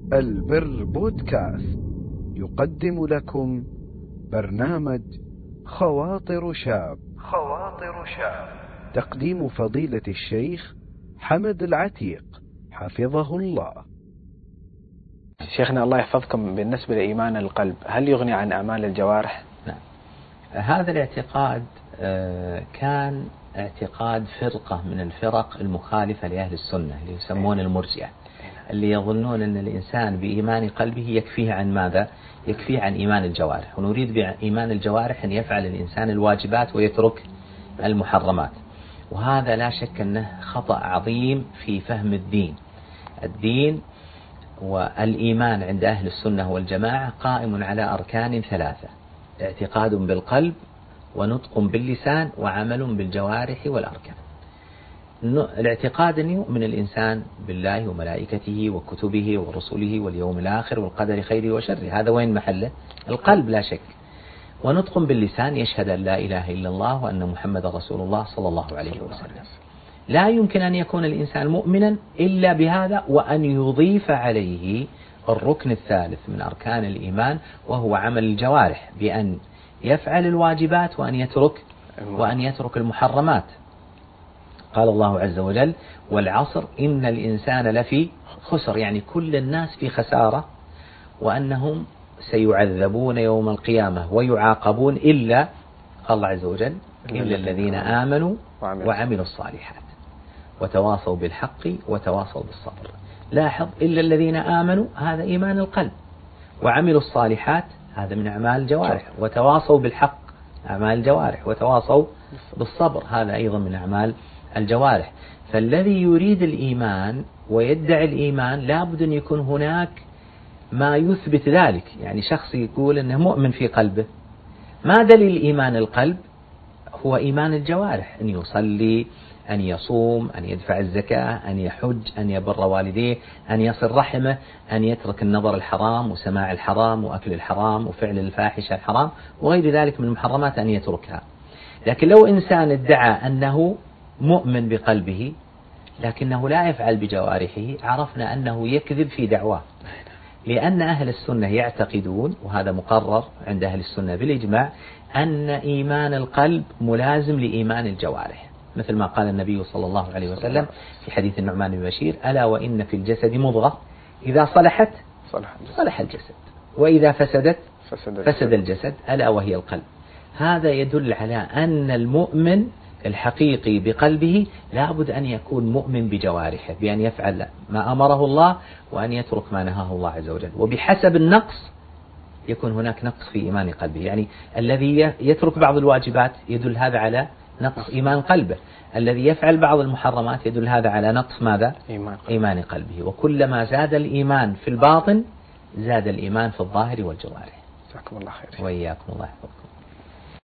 البر بودكاست يقدم لكم برنامج خواطر شاب. تقديم فضيلة الشيخ حمد العتيق حفظه الله. شيخنا الله يحفظكم، بالنسبة لإيمان القلب هل يغني عن أعمال الجوارح؟ نعم. هذا الاعتقاد كان اعتقاد فرقة من الفرق المخالفة لأهل السنة اللي يسمون المرجئة، اللي يظنون أن الإنسان بإيمان قلبه يكفيه عن ماذا؟ يكفيه عن إيمان الجوارح، ونريد بإيمان الجوارح أن يفعل الإنسان الواجبات ويترك المحرمات، وهذا لا شك أنه خطأ عظيم في فهم الدين والإيمان عند أهل السنة والجماعة قائم على أركان ثلاثة: اعتقاد بالقلب، ونطق باللسان، وعمل بالجوارح والأركان. الاعتقاد أن يؤمن الإنسان بالله وملائكته وكتبه ورسله واليوم الآخر والقدر خيره وشره، هذا وين محله؟ القلب لا شك. ونطق باللسان يشهد أن لا إله إلا الله وأن محمد رسول الله صلى الله عليه وسلم. لا يمكن أن يكون الإنسان مؤمنا إلا بهذا، وأن يضيف عليه الركن الثالث من أركان الإيمان، وهو عمل الجوارح، بأن يفعل الواجبات وأن يترك المحرمات. قال الله عز وجل: والعصر إن الإنسان لفي خسر، يعني كل الناس في خسارة، وأنهم سيعذبون يوم القيامة ويعاقبون إلا الله عز وجل إلا الذين آمنوا وعملوا الصالحات وتواصوا بالحق وتواصوا بالصبر. لاحظ، إلا الذين آمنوا هذا إيمان القلب، وعملوا الصالحات هذا من أعمال الجوارح، وتواصوا بالحق أعمال الجوارح، وتواصوا بالصبر هذا أيضا من أعمال الجوارح. فالذي يريد الإيمان ويدعي الإيمان لابد أن يكون هناك ما يثبت ذلك. يعني شخص يقول أنه مؤمن في قلبه، ما دليل إيمان القلب؟ هو إيمان الجوارح، أن يصلي، أن يصوم، أن يدفع الزكاة، أن يحج، أن يبر والديه، أن يصل رحمه، أن يترك النظر الحرام وسماع الحرام وأكل الحرام وفعل الفاحشة الحرام وغير ذلك من المحرمات أن يتركها. لكن لو إنسان ادعى أنه مؤمن بقلبه لكنه لا يفعل بجوارحه، عرفنا أنه يكذب في دعواه، لأن أهل السنة يعتقدون، وهذا مقرر عند أهل السنة بالإجماع، أن إيمان القلب ملازم لإيمان الجوارح، مثل ما قال النبي صلى الله عليه وسلم في حديث النعمان بن بشير: ألا وإن في الجسد مضغة إذا صلحت صلح الجسد، وإذا فسدت فسد الجسد، ألا وهي القلب. هذا يدل على أن المؤمن الحقيقي بقلبه لابد أن يكون مؤمن بجوارحه، بأن يفعل ما أمره الله وأن يترك ما نهاه الله عز وجل، وبحسب النقص يكون هناك نقص في إيمان قلبه. يعني الذي يترك بعض الواجبات يدل هذا على نقص إيمان قلبه، الذي يفعل بعض المحرمات يدل هذا على نقص ماذا؟ إيمان قلبه. وكلما زاد الإيمان في الباطن زاد الإيمان في الظاهر والجوارح. جزاكم الله خير. وإياكم الله يحفظكم.